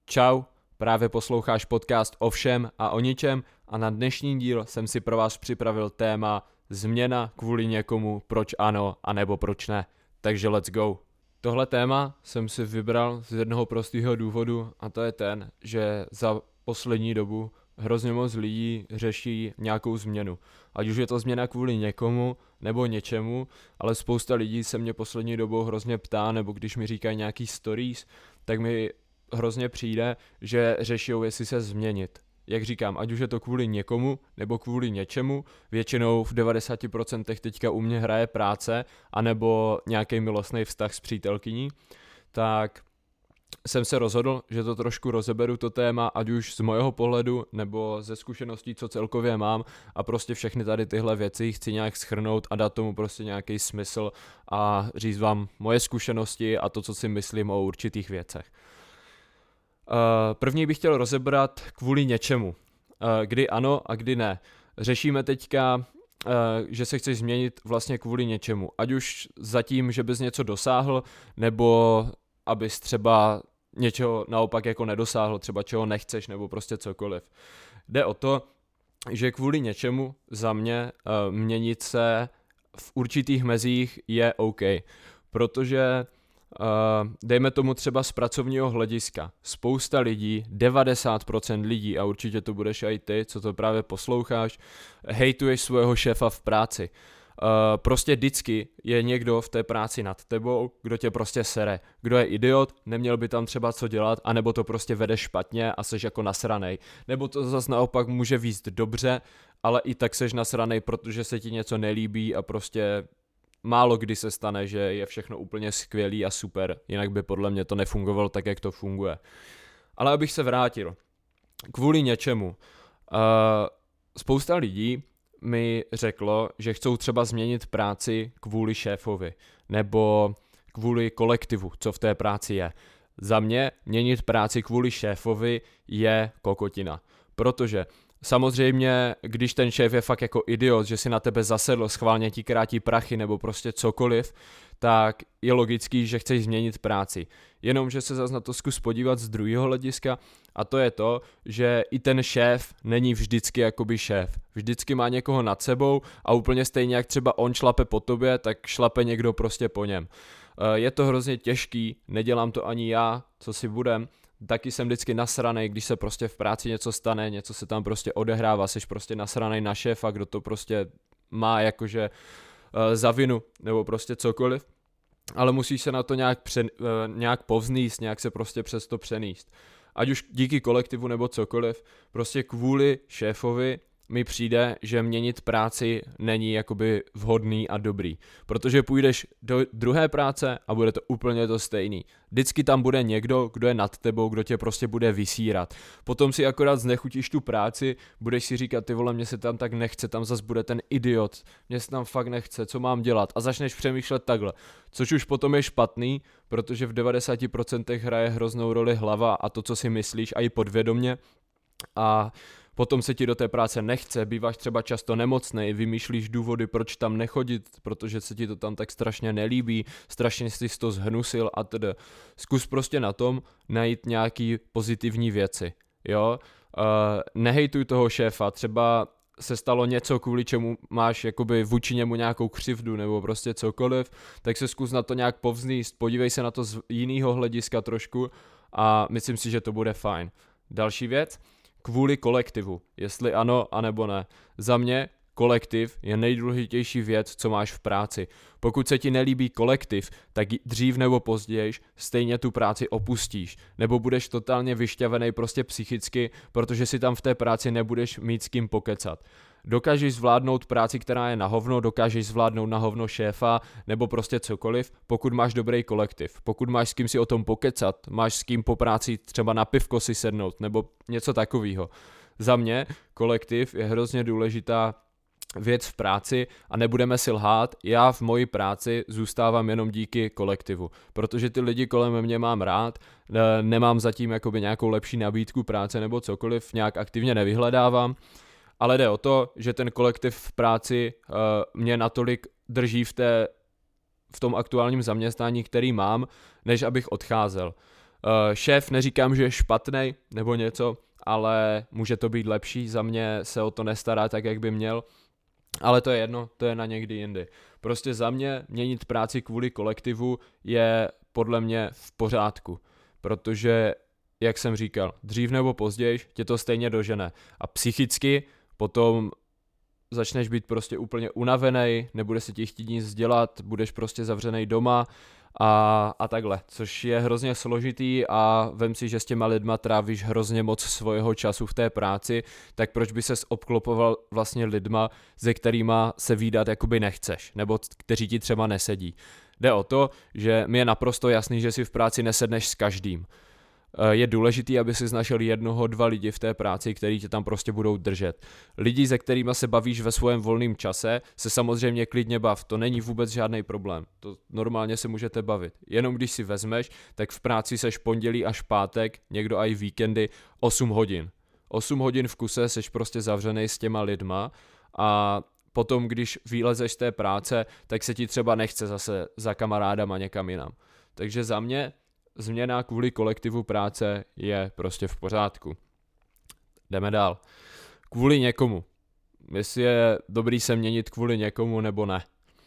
Čau, právě posloucháš podcast o všem a o ničem a na dnešní díl jsem si pro vás připravil téma změna kvůli někomu, proč ano, anebo proč ne. Takže let's go. Tohle téma jsem si vybral z jednoho prostého důvodu a to je ten, že za poslední dobu hrozně moc lidí řeší nějakou změnu. Ať už je to změna kvůli někomu nebo něčemu, ale spousta lidí se mě poslední dobou hrozně ptá, nebo když mi říkají nějaký stories, tak mi hrozně přijde, že řešijou, jestli se změnit. Jak říkám, ať už je to kvůli někomu nebo kvůli něčemu, většinou v 90% teďka u mě hraje práce anebo nějaký milostný vztah s přítelkyní, tak jsem se rozhodl, že to trošku rozeberu to téma, ať už z mojho pohledu nebo ze zkušeností, co celkově mám a prostě všechny tady tyhle věci chci nějak shrnout a dát tomu prostě nějaký smysl a říct vám moje zkušenosti a to, co si myslím o určitých věcech. První bych chtěl rozebrat kvůli něčemu, kdy ano a kdy ne. Řešíme teďka, že se chceš změnit vlastně kvůli něčemu, ať už zatím, že bys něco dosáhl, nebo abys třeba něčeho naopak jako nedosáhl, třeba čeho nechceš, nebo prostě cokoliv. Jde o to, že kvůli něčemu za mě měnit se v určitých mezích je OK, protože dejme tomu třeba z pracovního hlediska. Spousta lidí, 90% lidí, a určitě to budeš i ty, co to právě posloucháš, hejtuješ svého šéfa v práci. Prostě vždycky je někdo v té práci nad tebou, kdo tě prostě sere. Kdo je idiot, neměl by tam třeba co dělat, anebo to prostě vede špatně a seš jako nasranej. Nebo to zase naopak může víct dobře, ale i tak seš nasranej, protože se ti něco nelíbí a prostě málo kdy se stane, že je všechno úplně skvělý a super, jinak by podle mě to nefungovalo tak, jak to funguje. Ale abych se vrátil, kvůli něčemu. Spousta lidí mi řeklo, že chcou třeba změnit práci kvůli šéfovi, nebo kvůli kolektivu, co v té práci je. Za mě měnit práci kvůli šéfovi je kokotina, protože samozřejmě, když ten šéf je fakt jako idiot, že si na tebe zasedl, schválně ti krátí prachy nebo prostě cokoliv, tak je logický, že chceš změnit práci. Jenomže se zase na to zkus podívat z druhého hlediska a to je to, že i ten šéf není vždycky jakoby šéf. Vždycky má někoho nad sebou a úplně stejně jak třeba on šlape po tobě, tak šlape někdo prostě po něm. Je to hrozně těžký, nedělám to ani já, co si budem, taky jsem vždycky nasranej, když se prostě v práci něco stane, něco se tam prostě odehrává, jsi prostě nasranej na šéfa, kdo to prostě má jakože za vinu, nebo prostě cokoliv, ale musíš se na to nějak povznést, nějak se prostě přes to přenést. Ať už díky kolektivu nebo cokoliv, prostě kvůli šéfovi mi přijde, že měnit práci není jakoby vhodný a dobrý, protože půjdeš do druhé práce a bude to úplně to stejný. Vždycky tam bude někdo, kdo je nad tebou, kdo tě prostě bude vysírat. Potom si akorát znechutíš tu práci, budeš si říkat, ty vole, mě se tam tak nechce, tam zas bude ten idiot, mě se tam fakt nechce, co mám dělat a začneš přemýšlet takhle, což už potom je špatný, protože v 90% hraje hroznou roli hlava a to, co si myslíš, a i podvědomě a potom se ti do té práce nechce, býváš třeba často nemocnej, vymýšlíš důvody, proč tam nechodit, protože se ti to tam tak strašně nelíbí, strašně jsi to zhnusil a tedy. Zkus prostě na tom najít nějaký pozitivní věci, jo. Nehejtuj toho šéfa, třeba se stalo něco, kvůli čemu máš jakoby vůči němu nějakou křivdu nebo prostě cokoliv, tak se zkus na to nějak povznést, podívej se na to z jiného hlediska trošku a myslím si, že to bude fajn. Další věc, kvůli kolektivu, jestli ano, anebo ne. Za mě kolektiv je nejdůležitější věc, co máš v práci. Pokud se ti nelíbí kolektiv, tak dřív nebo později stejně tu práci opustíš, nebo budeš totálně vyšťavený prostě psychicky, protože si tam v té práci nebudeš mít s kým pokecat. Dokážeš zvládnout práci, která je na hovno, dokážeš zvládnout na hovno šéfa, nebo prostě cokoliv, pokud máš dobrý kolektiv. Pokud máš s kým si o tom pokecat, máš s kým po práci třeba na pivko si sednout, nebo něco takového. Za mě kolektiv je hrozně důležitá věc v práci a nebudeme si lhát, já v mojí práci zůstávám jenom díky kolektivu, protože ty lidi kolem mě mám rád, nemám zatím jakoby nějakou lepší nabídku práce nebo cokoliv, nějak aktivně nevyhledávám, ale jde o to, že ten kolektiv v práci mě natolik drží v tom aktuálním zaměstnání, který mám, než abych odcházel. Šéf neříkám, že je špatný nebo něco, ale může to být lepší, za mě se o to nestará tak, jak by měl, ale to je jedno, to je na někdy jindy. Prostě za mě měnit práci kvůli kolektivu je podle mě v pořádku, protože, jak jsem říkal, dřív nebo později tě to stejně dožene a psychicky potom začneš být prostě úplně unavený, nebude se ti chtít nic dělat, budeš prostě zavřenej doma a takhle, což je hrozně složitý a vem si, že s těma lidma trávíš hrozně moc svého času v té práci, tak proč by ses obklopoval vlastně lidma, se kterýma se vídat jakoby nechceš, nebo kteří ti třeba nesedí. Jde o to, že mi je naprosto jasný, že si v práci nesedneš s každým. Je důležitý, aby si našel 1-2 lidi v té práci, který tě tam prostě budou držet. Lidi, se kterými se bavíš ve svém volném čase, se samozřejmě klidně bav, to není vůbec žádný problém. To normálně se můžete bavit. Jenom když si vezmeš, tak v práci seš pondělí až pátek, někdo i víkendy, 8 hodin. 8 hodin v kuse seš prostě zavřenej s těma lidma a potom, když vylezeš z té práce, tak se ti třeba nechce zase za kamarádama někam jinam. Takže za mě změna kvůli kolektivu práce je prostě v pořádku. Jdeme dál. Kvůli někomu. Jestli je dobrý se měnit kvůli někomu nebo ne.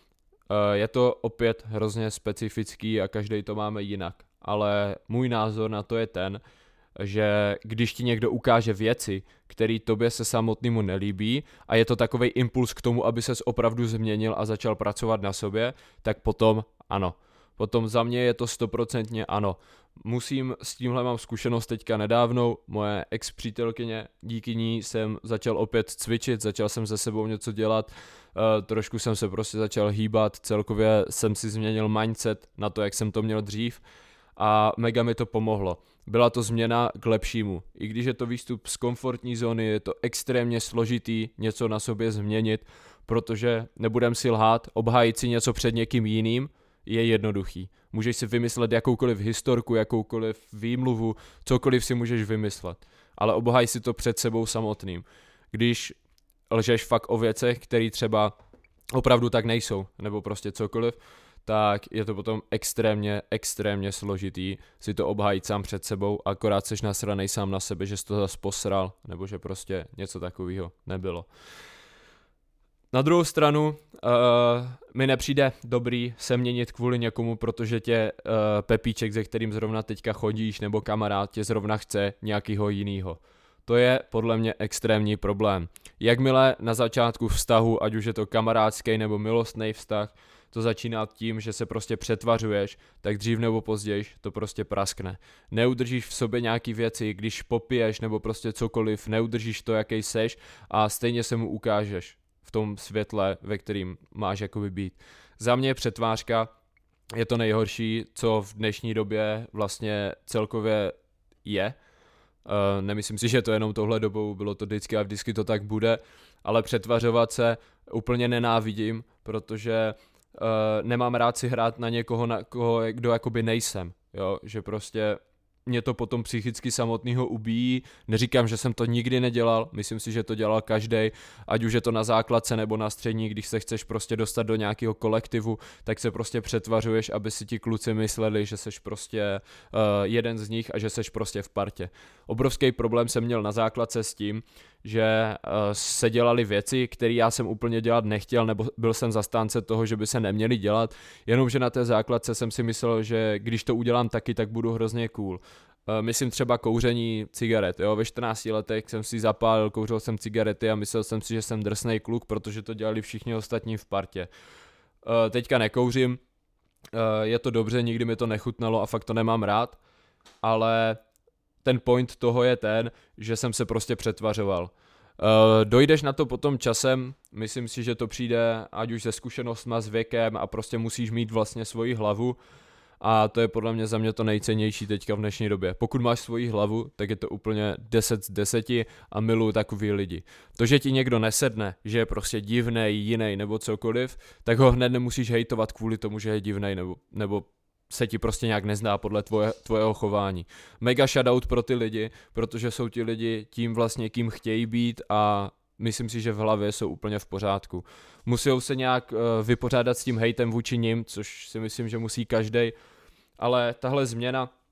Je to opět hrozně specifický a každý to máme jinak. Ale můj názor na to je ten, že když ti někdo ukáže věci, které tobě se samotnému nelíbí a je to takovej impuls k tomu, aby ses opravdu změnil a začal pracovat na sobě, tak potom ano. Potom za mě je to 100% ano. S tímhle mám zkušenost teďka nedávnou, moje ex-přítelkyně, díky ní jsem začal opět cvičit, začal jsem se sebou něco dělat, trošku jsem se prostě začal hýbat, celkově jsem si změnil mindset na to, jak jsem to měl dřív a mega mi to pomohlo. Byla to změna k lepšímu. I když je to výstup z komfortní zóny, je to extrémně složitý něco na sobě změnit, protože nebudem si lhát, obhájit si něco před někým jiným je jednoduchý. Můžeš si vymyslet jakoukoliv historku, jakoukoliv výmluvu, cokoliv si můžeš vymyslet. Ale obhaj si to před sebou samotným. Když lžeš fakt o věcech, které třeba opravdu tak nejsou, nebo prostě cokoliv, tak je to potom extrémně složitý si to obhájit sám před sebou, akorát seš nasranej sám na sebe, že jsi to zase posral, nebo že prostě něco takového nebylo. Na druhou stranu mi nepřijde dobrý se měnit kvůli někomu, protože tě Pepíček, se kterým zrovna teďka chodíš, nebo kamarád tě zrovna chce nějakýho jinýho. To je podle mě extrémní problém. Jakmile na začátku vztahu, ať už je to kamarádský nebo milostný vztah, to začíná tím, že se prostě přetvařuješ, tak dřív nebo později to prostě praskne. Neudržíš v sobě nějaký věci, když popiješ nebo prostě cokoliv, neudržíš to, jaký seš a stejně se mu ukážeš v tom světle, ve kterým máš jakoby být. Za mě přetvářka je to nejhorší, co v dnešní době vlastně celkově je. Nemyslím si, že to jenom touhle dobou, bylo to vždycky a vždycky to tak bude, ale přetvařovat se úplně nenávidím, protože nemám rád si hrát na někoho, kdo jakoby nejsem, jo? Že prostě mě to potom psychicky samotného ubíjí, neříkám, že jsem to nikdy nedělal, myslím si, že to dělal každej, ať už je to na základce nebo na střední, když se chceš prostě dostat do nějakého kolektivu, tak se prostě přetvařuješ, aby si ti kluci mysleli, že seš prostě jeden z nich a že seš prostě v partě. Obrovský problém jsem měl na základce s tím, že se dělaly věci, které já jsem úplně dělat nechtěl, nebo byl jsem zastánce toho, že by se neměly dělat, jenomže na té základce jsem si myslel, že když to udělám taky, tak budu hrozně cool. Myslím třeba kouření cigaret, jo, ve 14 letech jsem si zapálil, kouřil jsem cigarety a myslel jsem si, že jsem drsnej kluk, protože to dělali všichni ostatní v partě. Teďka nekouřím, je to dobře, nikdy mi to nechutnalo a fakt to nemám rád, ale ten point toho je ten, že jsem se prostě přetvařoval. Dojdeš na to potom časem, myslím si, že to přijde ať už se zkušenostma, s věkem a prostě musíš mít vlastně svoji hlavu a to je podle mě za mě to nejcennější teďka v dnešní době. Pokud máš svoji hlavu, tak je to úplně 10 z 10 a miluji takový lidi. To, že ti někdo nesedne, že je prostě divnej, jiný nebo cokoliv, tak ho hned nemusíš hejtovat kvůli tomu, že je divnej nebo se ti prostě nějak nezná podle tvojeho chování. Mega shoutout pro ty lidi, protože jsou ti lidi tím vlastně, kým chtějí být a myslím si, že v hlavě jsou úplně v pořádku. Musí se nějak vypořádat s tím hejtem vůči nim, což si myslím, že musí každej, ale tahle změna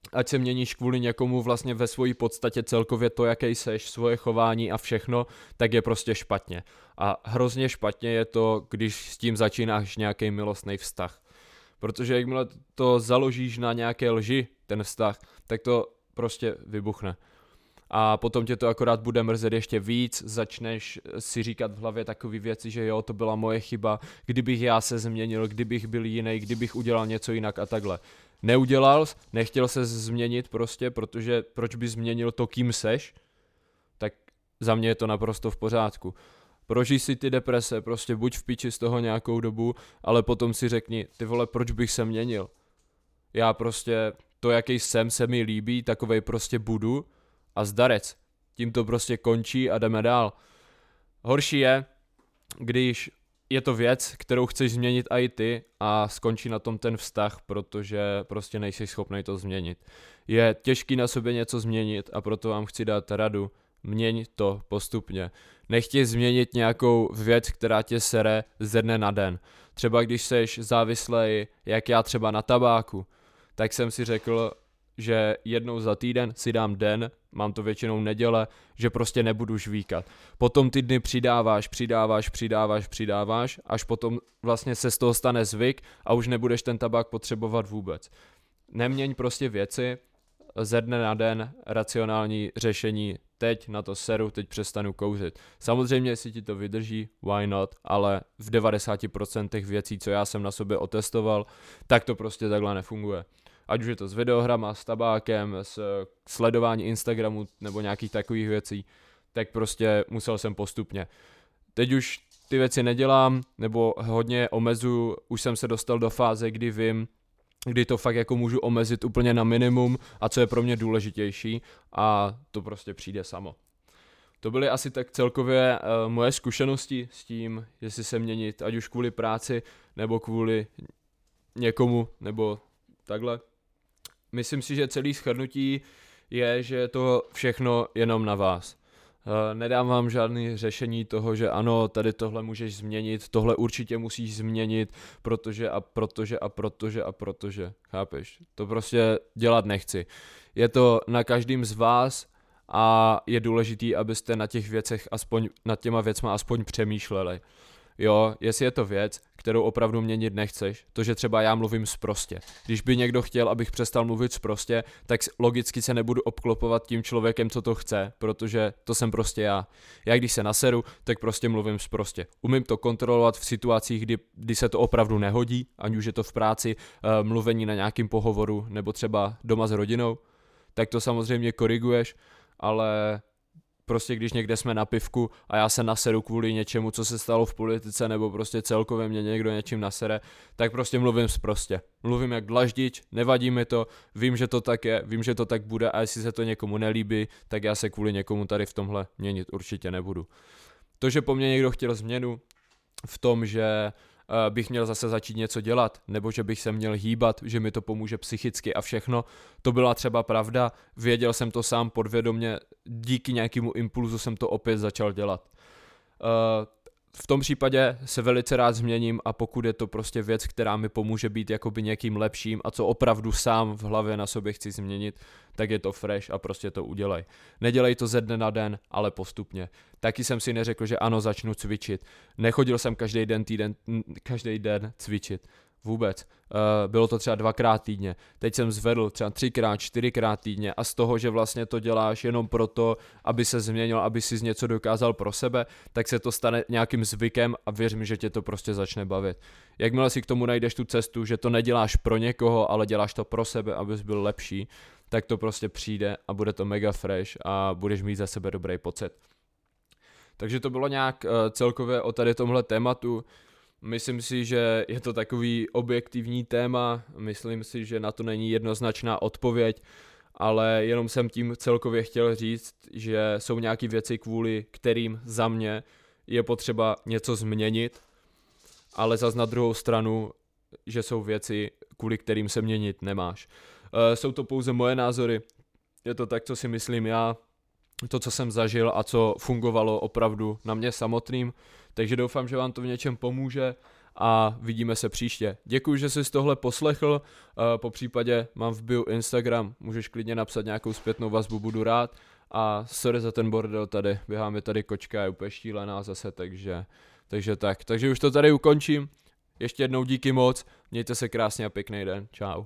ať se měníš kvůli někomu vlastně ve své podstatě celkově to, jaký seš, svoje chování a všechno, tak je prostě špatně. A hrozně špatně je to, když s tím začínáš nějaký milostný vztah. Protože jakmile to založíš na nějaké lži, ten vztah, tak to prostě vybuchne. A potom tě to akorát bude mrzet ještě víc, začneš si říkat v hlavě takové věci, že jo, to byla moje chyba, kdybych já se změnil, kdybych byl jiný, kdybych udělal něco jinak a takhle. Neudělal, nechtěl se změnit prostě, protože proč bys změnil to, kým seš, tak za mě je to naprosto v pořádku. Prožij si ty deprese, prostě buď v piči z toho nějakou dobu, ale potom si řekni, ty vole, proč bych se měnil? Já prostě, to jaký jsem se mi líbí, takovej prostě budu a zdarec. Tím to prostě končí a jdeme dál. Horší je, když je to věc, kterou chceš změnit i ty a skončí na tom ten vztah, protože prostě nejsi schopný to změnit. Je těžký na sobě něco změnit a proto vám chci dát radu. Měň to postupně. Nechtěj změnit nějakou věc, která tě sere ze dne na den. Třeba když seš závislej, jak já třeba na tabáku, tak jsem si řekl, že jednou za týden si dám den, mám to většinou neděle, že prostě nebudu žvíkat. Potom ty dny přidáváš, až potom vlastně se z toho stane zvyk a už nebudeš ten tabák potřebovat vůbec. Neměň prostě věci, ze dne na den racionální řešení, teď na to seru, teď přestanu kouřit. Samozřejmě, jestli ti to vydrží, why not, ale v 90% věcí, co já jsem na sobě otestoval, tak to prostě takhle nefunguje. Ať už je to s videohrama, s tabákem, s sledování Instagramu nebo nějakých takových věcí, tak prostě musel jsem postupně. Teď už ty věci nedělám, nebo hodně omezuju, už jsem se dostal do fáze, kdy vím, kdy to fakt jako můžu omezit úplně na minimum a co je pro mě důležitější a to prostě přijde samo. To byly asi tak celkově moje zkušenosti s tím, jestli se měnit, ať už kvůli práci, nebo kvůli někomu, nebo takhle. Myslím si, že celý shrnutí je, že je to všechno jenom na vás. Nedám vám žádné řešení toho, že ano, tady tohle můžeš změnit, tohle určitě musíš změnit, protože, chápeš? To prostě dělat nechci. Je to na každém z vás a je důležitý, abyste na těch věcech nad těma věcma aspoň přemýšleli. Jo, jestli je to věc, kterou opravdu měnit nechceš, to, že třeba já mluvím sprostě. Když by někdo chtěl, abych přestal mluvit sprostě, tak logicky se nebudu obklopovat tím člověkem, co to chce, protože to jsem prostě já. Já když se naseru, tak prostě mluvím sprostě. Umím to kontrolovat v situacích, kdy se to opravdu nehodí, ať už je to v práci, mluvení na nějakým pohovoru, nebo třeba doma s rodinou, tak to samozřejmě koriguješ, ale prostě když někde jsme na pivku a já se naseru kvůli něčemu, co se stalo v politice, nebo prostě celkově mě někdo něčím nasere, tak prostě mluvím sprostě. Mluvím jak dlaždič, nevadí mi to, vím, že to tak je, vím, že to tak bude a jestli se to někomu nelíbí, tak já se kvůli někomu tady v tomhle měnit určitě nebudu. To, že po mně někdo chtěl změnu v tom, že bych měl zase začít něco dělat, nebo že bych se měl hýbat, že mi to pomůže psychicky a všechno, to byla třeba pravda, věděl jsem to sám podvědomě, díky nějakému impulzu jsem to opět začal dělat. V tom případě se velice rád změním a pokud je to prostě věc, která mi pomůže být jakoby někým lepším a co opravdu sám v hlavě na sobě chci změnit, tak je to fresh a prostě to udělej. Nedělej to ze dne na den, ale postupně. Taky jsem si neřekl, že ano, začnu cvičit. Nechodil jsem každý den cvičit. Vůbec. Bylo to třeba 2x týdně. Teď jsem zvedl třeba 3x, 4x týdně a z toho, že vlastně to děláš jenom proto, aby se změnil, aby si něco dokázal pro sebe, tak se to stane nějakým zvykem a věř mi, že tě to prostě začne bavit. Jakmile si k tomu najdeš tu cestu, že to neděláš pro někoho, ale děláš to pro sebe, abys byl lepší, tak to prostě přijde a bude to mega fresh a budeš mít za sebe dobrý pocit. Takže to bylo nějak celkově o tady tomhle tématu. Myslím si, že je to takový objektivní téma, myslím si, že na to není jednoznačná odpověď, ale jenom jsem tím celkově chtěl říct, že jsou nějaké věci, kvůli kterým za mě je potřeba něco změnit, ale zas na druhou stranu, že jsou věci, kvůli kterým se měnit nemáš. Jsou to pouze moje názory, je to tak, co si myslím já, to, co jsem zažil a co fungovalo opravdu na mě samotným, takže doufám, že vám to v něčem pomůže a vidíme se příště. Děkuji, že jsi tohle poslechl, po případě mám v bio Instagram, můžeš klidně napsat nějakou zpětnou vazbu, budu rád. A sorry za ten bordel tady, běhá mi tady kočka, je úplně štílená zase, takže už to tady ukončím. Ještě jednou díky moc, mějte se krásně a pěkný den, čau.